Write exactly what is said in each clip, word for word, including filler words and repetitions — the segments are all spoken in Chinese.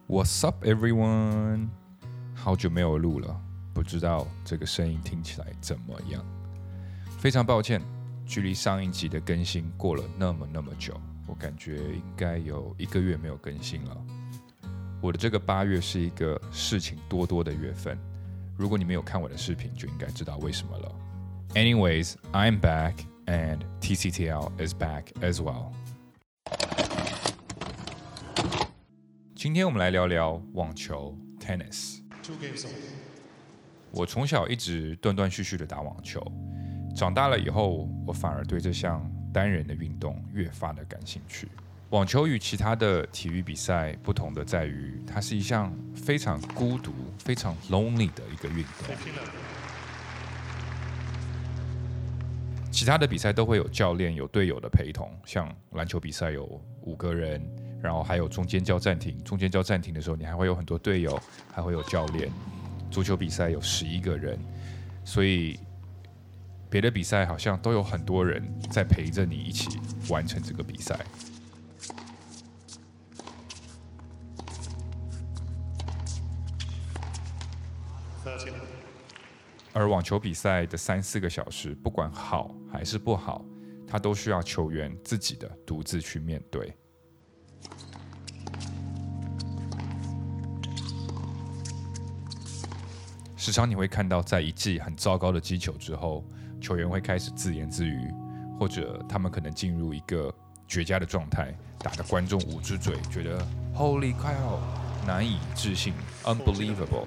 What's up, everyone？ 好久没有录了，不知道这个声音听起来怎么样？非常抱歉，距离上一集的更新过了那么那么久，我感觉应该有一个月没有更新了。我的这个八月是一个事情多多的月份，如果你没有看我的视频，就应该知道为什么了。Anyways, I'm back, and T C T L is back as well. 今天我们来聊聊网球 tennis。我从小一直断断续续的打网球，长大了以后，我反而对这项单人的运动越发的感兴趣。网球与其他的体育比赛不同的在于，它是一项非常孤独、非常 lonely 的一个运动。其他的比赛都会有教练、有队友的陪同，像篮球比赛有五个人。然后还有中间叫暂停，中间叫暂停的时候，你还会有很多队友，还会有教练。足球比赛有十一个人，所以别的比赛好像都有很多人在陪着你一起完成这个比赛。而网球比赛的三四个小时，不管好还是不好，它都需要球员自己的独自去面对。时常你会看到，在一记很糟糕的击球之后，球员会开始自言自语，或者他们可能进入一个绝佳的状态，打得观众捂住嘴，觉得 Holy cow， 难以置信 ，Unbelievable。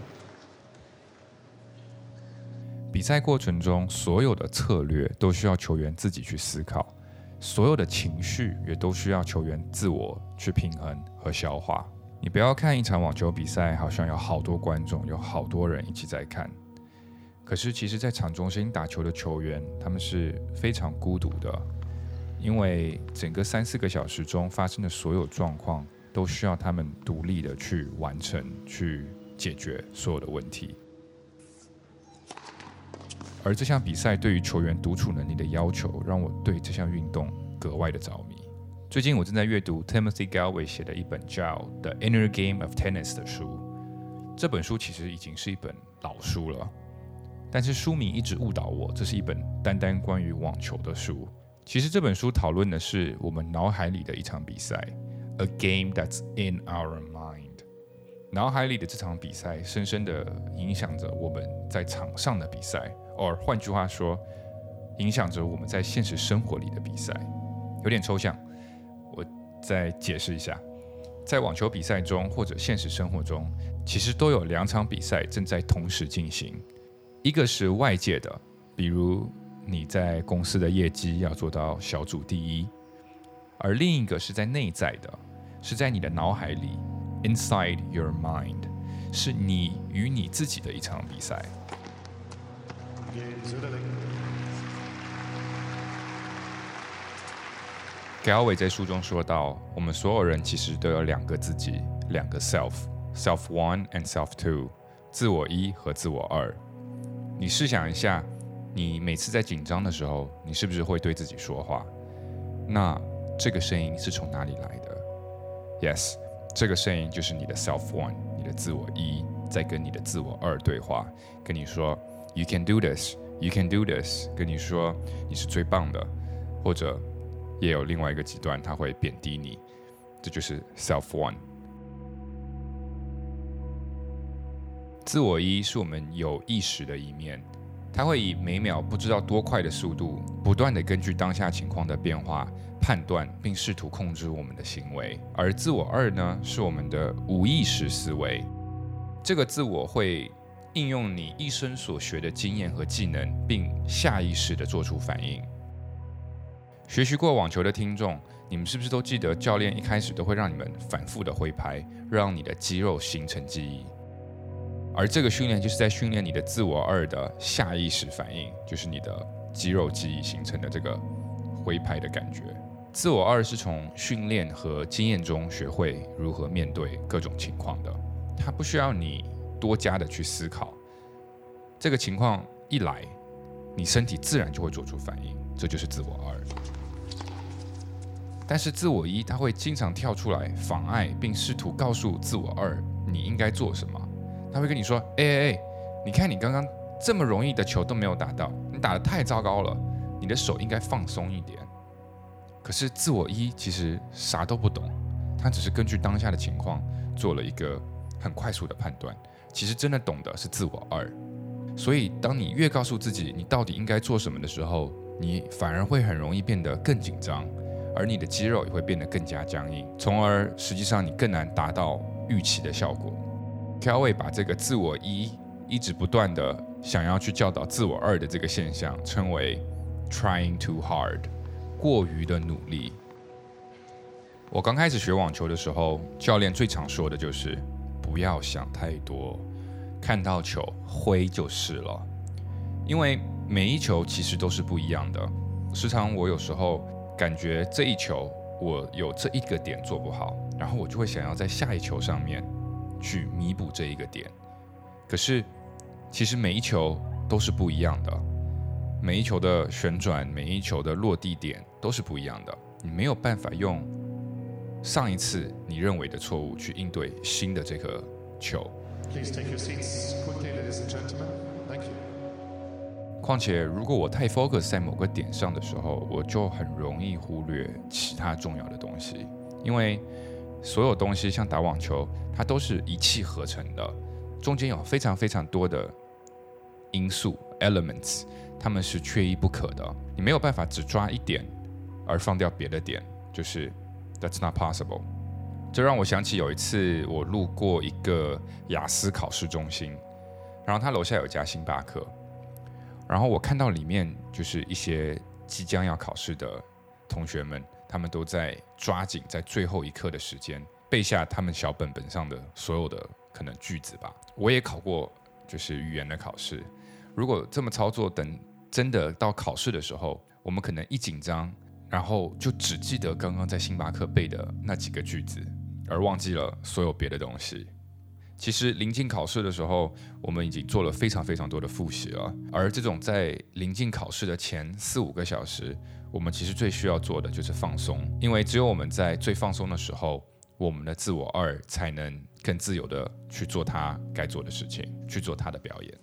比赛过程中，所有的策略都需要球员自己去思考，所有的情绪也都需要球员自我去平衡和消化。你不要看一场网球比赛，好像有好多观众，有好多人一起在看。可是其实在场中心打球的球员，他们是非常孤独的，因为整个三四个小时中发生的所有状况，都需要他们独立的去完成、去解决所有的问题。而这项比赛对于球员独处能力的要求，让我对这项运动格外的着迷。最近我正在阅读 Timothy Gallwey 写的一本叫《The Inner Game of Tennis》的书。这本书其实已经是一本老书了，但是书名一直误导我，这是一本单单关于网球的书。其实这本书讨论的是我们脑海里的一场比赛 ，A game that's in our mind。脑海里的这场比赛深深的影响着我们在场上的比赛，或换句话说，影响着我们在现实生活里的比赛。有点抽象。再解释一下，在网球比赛中或者现实生活中，其实都有两场比赛正在同时进行。一个是外界的，比如你在公司的业绩要做到小组第一；而另一个是在内在的，是在你的脑海里 ，inside your mind， 是你与你自己的一场比赛。Gallwey 在书中说到，我们所有人其实都有两个自己，两个 self，self one and self two， 自我一和自我二。你试想一下，你每次在紧张的时候，你是不是会对自己说话？那这个声音是从哪里来的 ？Yes， 这个声音就是你的 self one， 你的自我一，在跟你的自我二对话，跟你说 You can do this， You can do this， 跟你说你是最棒的，或者也有另外一个极端，他会贬低你，这就是 self one。自我一是我们有意识的一面，它会以每秒不知道多快的速度，不断的根据当下情况的变化判断，并试图控制我们的行为。而自我二呢，是我们的无意识思维，这个自我会应用你一生所学的经验和技能，并下意识的做出反应。学习过网球的听众，你们是不是都记得教练一开始都会让你们反复的挥拍，让你的肌肉形成记忆？而这个训练就是在训练你的自我二的下意识反应，就是你的肌肉记忆形成的这个挥拍的感觉。自我二是从训练和经验中学会如何面对各种情况的，它不需要你多加的去思考。这个情况一来，你身体自然就会做出反应，这就是自我二。但是自我一它会经常跳出来妨碍，并试图告诉自我二你应该做什么。他会跟你说：“哎哎哎，你看你刚刚这么容易的球都没有打到，你打得太糟糕了，你的手应该放松一点。”可是自我一其实啥都不懂，他只是根据当下的情况做了一个很快速的判断。其实真的懂的是自我二。所以当你越告诉自己你到底应该做什么的时候，你反而会很容易变得更紧张，而你的肌肉也会变得更加僵硬，从而实际上你更难达到预期的效果。Galloway 把这个自我一一直不断的想要去教导自我二的这个现象称为 trying too hard， 过于的努力。我刚开始学网球的时候，教练最常说的就是不要想太多，看到球挥就是了。因为每一球其实都是不一样的，时常我有时候感觉这一球我有这一个点做不好，然后我就会想要在下一球上面去弥补这一个点。可是其实每一球都是不一样的，每一球的旋转，每一球的落地点都是不一样的，你没有办法用上一次你认为的错误去应对新的这个球。 Please take your seats quickly, ladies and gentlemen. Thank you. 况且如果我太 focus 在某个点上的时候，我就很容易忽略其他重要的东西。因为所有东西像打网球，它都是一气呵成的，中间有非常非常多的因素 elements， 它们是缺一不可的。你没有办法只抓一点而放掉别的点，就是 that's not possible。这让我想起有一次我路过一个雅思考试中心，然后它楼下有一家星巴克，然后我看到里面就是一些即将要考试的同学们，他们都在抓紧在最后一刻的时间背下他们小本本上的所有的可能句子吧。我也考过就是语言的考试，如果这么操作，等真的到考试的时候，我们可能一紧张，然后就只记得刚刚在星巴克背的那几个句子，而忘记了所有别的东西。其实临近考试的时候，我们已经做了非常非常多的复习了，而这种在临近考试的前四五个小时，我们其实最需要做的就是放松，因为只有我们在最放松的时候，我们的自我二才能更自由的去做他该做的事情，去做他的表演。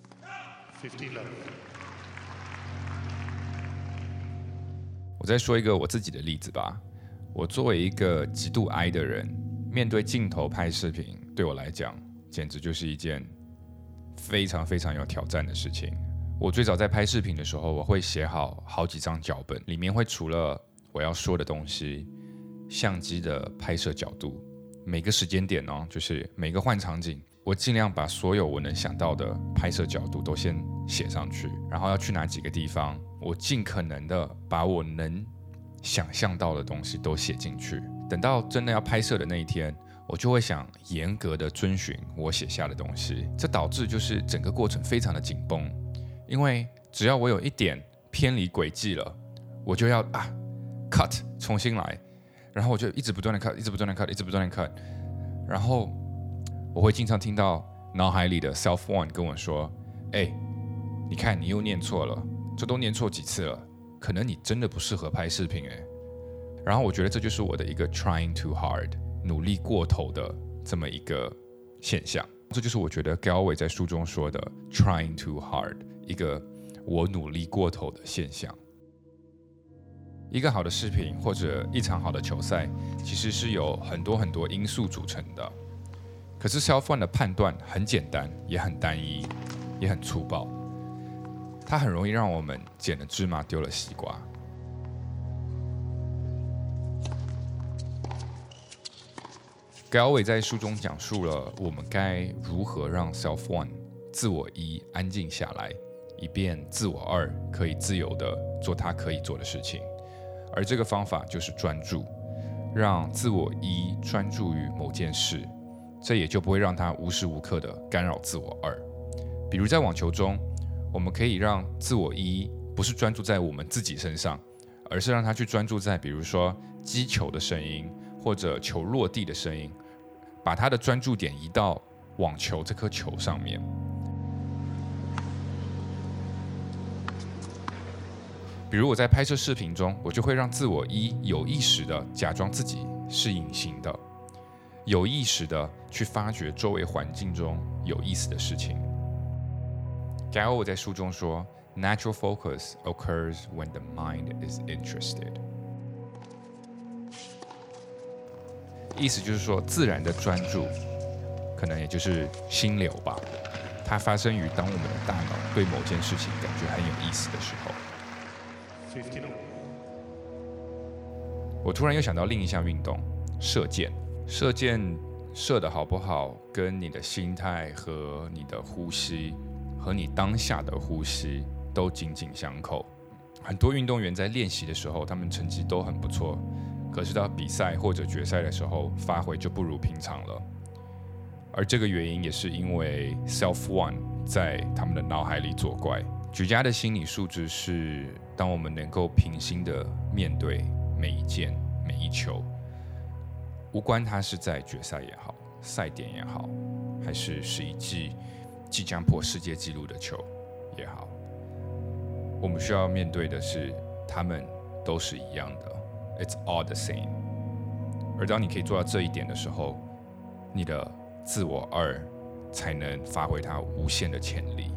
我再说一个我自己的例子吧。我作为一个极度 I 的人，面对镜头拍视频，对我来讲简直就是一件非常非常有挑战的事情。我最早在拍视频的时候，我会写好好几张脚本，里面会除了我要说的东西，相机的拍摄角度，每个时间点哦，就是每个换场景，我尽量把所有我能想到的拍摄角度都先写上去，然后要去哪几个地方，我尽可能的把我能想象到的东西都写进去。等到真的要拍摄的那一天，我就会想严格的遵循我写下的东西，这导致就是整个过程非常的紧绷，因为只要我有一点偏离轨迹了，我就要啊 cut 重新来，然后我就一直不断的 cut， 一直不断的 cut， 一直不断的 cut， 然后我会经常听到脑海里的 self one 跟我说：“哎，你看你又念错了，这都念错几次了，可能你真的不适合拍视频哎。”然后我觉得这就是我的一个 trying too hard， 努力过头的这么一个现象。这就是我觉得 Galloway 在书中说的 trying too hard， 一个我努力过头的现象。一个好的视频或者一场好的球赛，其实是有很多很多因素组成的。可是 self one 的判断很简单，也很单一，也很粗暴，它很容易让我们捡了芝麻丢了西瓜。Galloway 在书中讲述了我们该如何让 self one 自我一安静下来，以便自我二可以自由的做他可以做的事情。而这个方法就是专注，让自我一专注于某件事，这也就不会让他无时无刻的干扰自我二。比如在网球中，我们可以让自我一不是专注在我们自己身上，而是让他去专注在比如说击球的声音或者球落地的声音，把他的专注点移到网球这颗球上面。比如我在拍摄视频中，我就会让自我一有意识的假装自己是隐形的， 有意识的去发掘周围环境中有意思的事情。Gao 在书中说 ，Natural focus occurs when the mind is interested。意思就是说，自然的专注，可能也就是心流吧。它发生于当我们的大脑对某件事情感觉很有意思的时候。我突然又想到另一项运动，射箭。射箭射得好不好，跟你的心态和你的呼吸，和你当下的呼吸都紧紧相扣。很多运动员在练习的时候，他们成绩都很不错，可是到比赛或者决赛的时候，发挥就不如平常了。而这个原因也是因为 self one 在他们的脑海里作怪。举家的心理素质是，当我们能够平心的面对每一件每一球，无关它是在决赛也好，赛点也好，还是是一记即将破世界纪录的球也好，我们需要面对的是，他们都是一样的 ，It's all the same。而当你可以做到这一点的时候，你的自我二才能发挥它无限的潜力。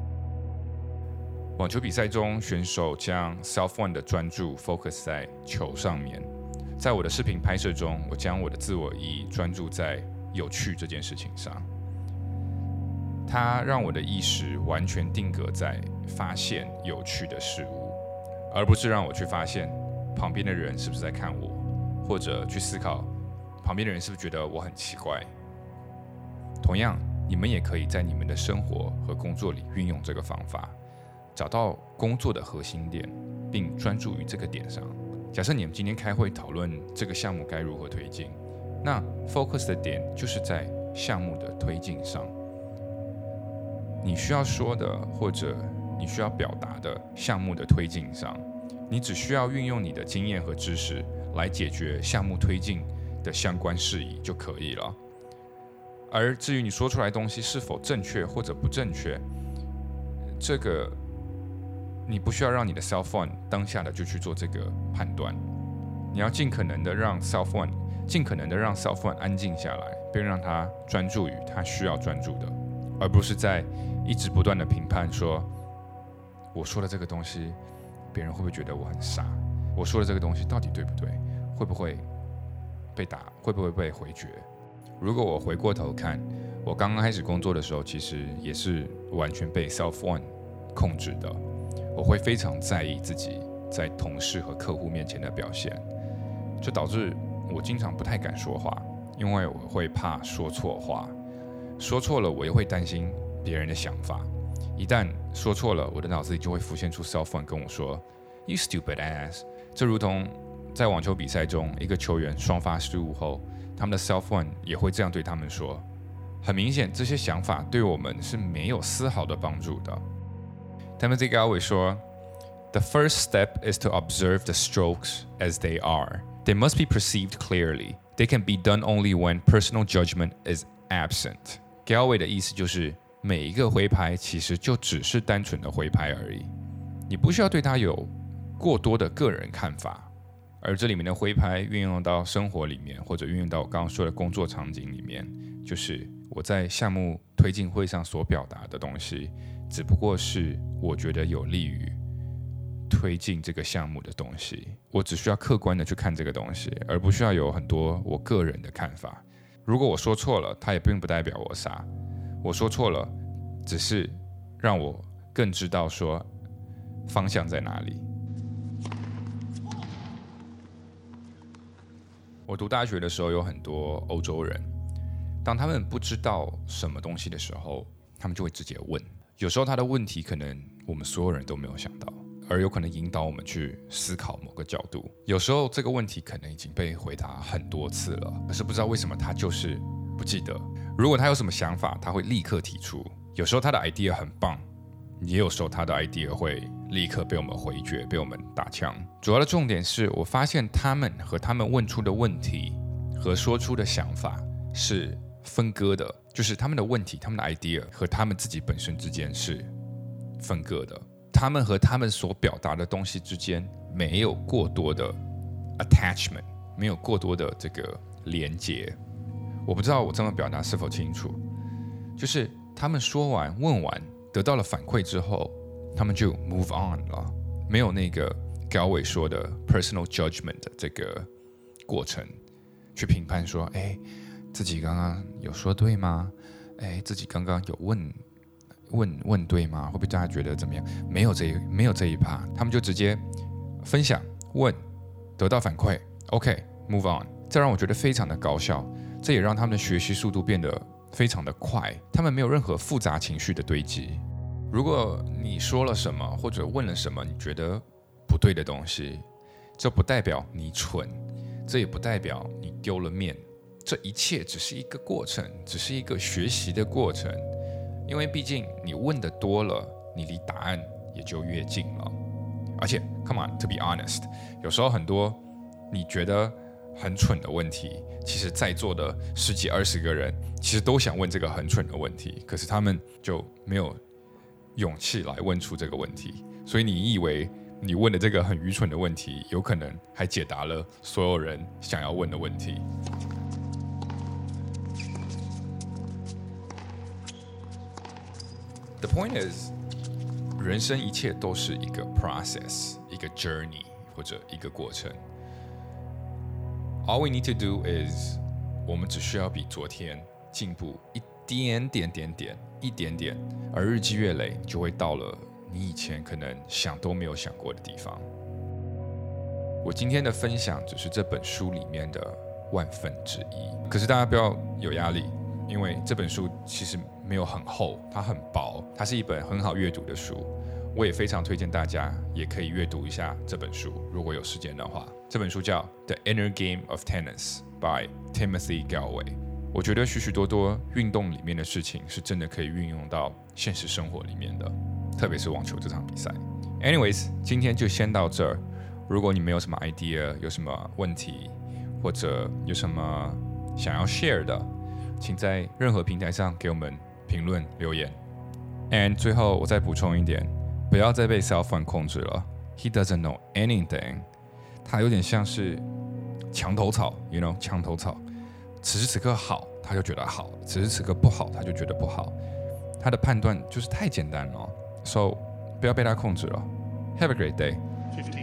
网球比赛中，选手将 self one 的专注 focus 在球上面。在我的视频拍摄中，我将我的自我一专注在有趣这件事情上。它让我的意识完全定格在发现有趣的事物，而不是让我去发现旁边的人是不是在看我，或者去思考旁边的人是不是觉得我很奇怪。同样，你们也可以在你们的生活和工作里运用这个方法，找到工作的核心点，并专注于这个点上。假设你们今天开会讨论这个项目该如何推进，那 focus 的点就是在项目的推进上。你需要说的，或者你需要表达的项目的推进上，你只需要运用你的经验和知识来解决项目推进的相关事宜就可以了。而至于你说出来的东西是否正确或者不正确，这个你不需要让你的 self one 当下的就去做这个判断，你要尽可能的让 self one 尽可能的让 self one 安静下来，并让他专注于他需要专注的，而不是在一直不断的评判说，我说的这个东西，别人会不会觉得我很傻？我说的这个东西到底对不对？会不会被打？会不会被回绝？如果我回过头看，我刚刚开始工作的时候，其实也是完全被 self one 控制的。我会非常在意自己在同事和客户面前的表现，这导致我经常不太敢说话，因为我会怕说错话，说错了我也会担心别人的想法。一旦说错了，我的脑子里就会浮现出 self one 跟我说 "You stupid ass"。这如同在网球比赛中，一个球员双发失误后，他们的 self one 也会这样对他们说。很明显，这些想法对我们是没有丝毫的帮助的。Timothy Gallwey 说 The first step is to observe the strokes as they are. They must be perceived clearly. They can be done only when personal judgment is absent. Gallwey 的意思就是，每一个挥拍其实就只是单纯的挥拍而已，你不需要对它有过多的个人看法。而这里面的挥拍运用到生活里面，或者运用到我刚刚说的工作场景里面，就是我在项目推进会上所表达的东西，只不过是我觉得有利于推进这个项目的东西。我只需要客观的去看这个东西，而不需要有很多我个人的看法。如果我说错了，它也并不代表我傻。我说错了，只是让我更知道说方向在哪里。我读大学的时候，有很多欧洲人，当他们不知道什么东西的时候，他们就会直接问。有时候他的问题可能我们所有人都没有想到，而有可能引导我们去思考某个角度。有时候这个问题可能已经被回答很多次了，可是不知道为什么他就是不记得。如果他有什么想法，他会立刻提出。有时候他的 idea 很棒，也有时候他的 idea 会立刻被我们回绝，被我们打枪。主要的重点是我发现他们和他们问出的问题和说出的想法是分割的，就是他们的问题，他们的 idea 和他们自己本身之间是分割的。他们和他们所表达的东西之间没有过多的 attachment， 没有过多的这个连结。 我不知道我这么表达是否清楚，就是他们说完问完得到了反馈之后，他们就 move on 了，没有那个高伟说的 personal judgment 的这个过程去评判说，哎，自己刚刚有说对吗？哎，自己刚刚有问问问对吗？会不会大家觉得怎么样？没有这一没有这一趴，他们就直接分享问，得到反馈 ，OK move on， 这让我觉得非常的高效，这也让他们的学习速度变得非常的快，他们没有任何复杂情绪的堆积。如果你说了什么或者问了什么你觉得不对的东西，这不代表你蠢，这也不代表你丢了面，这一切只是一个过程，只是一个学习的过程。因为毕竟你问的多了，你离答案也就越近了。而且 come on to be honest， 有时候很多你觉得很蠢的问题，其实在座的十几二十个人其实都想问这个很蠢的问题，可是他们就没有勇气来问出这个问题。所以你以为你问的这个很愚蠢的问题，有可能还解答了所有人想要问的问题。The point is， 人生一切都是一个 process， 一个 journey 或者一个过程。All we need to do is， 我们只需要比昨天进步一点点点点一点点，而日积月累，就会到了你以前可能想都没有想过的地方。我今天的分享只是这本书里面的万分之一，可是大家不要有压力，因为这本书其实没有很厚，它很薄，它是一本很好阅读的书。我也非常推荐大家也可以阅读一下这本书，如果有时间的话。这本书叫《The Inner Game of Tennis》by Timothy Gallwey。我觉得许许多多运动里面的事情是真的可以运用到现实生活里面的，特别是网球这场比赛。Anyways， 今天就先到这儿。如果你没有什么 idea， 有什么问题，或者有什么想要 share 的，请在任何平台上给我们评论留言。And 最后我再补充一点，不要再被 Self One 控制了。He doesn't know anything。他有点像是墙头草 ，you know， 墙头草。此时此刻好，他就觉得好；此时此刻不好，他就觉得不好。他的判断就是太简单了 ，so 不要被他控制了。Have a great day。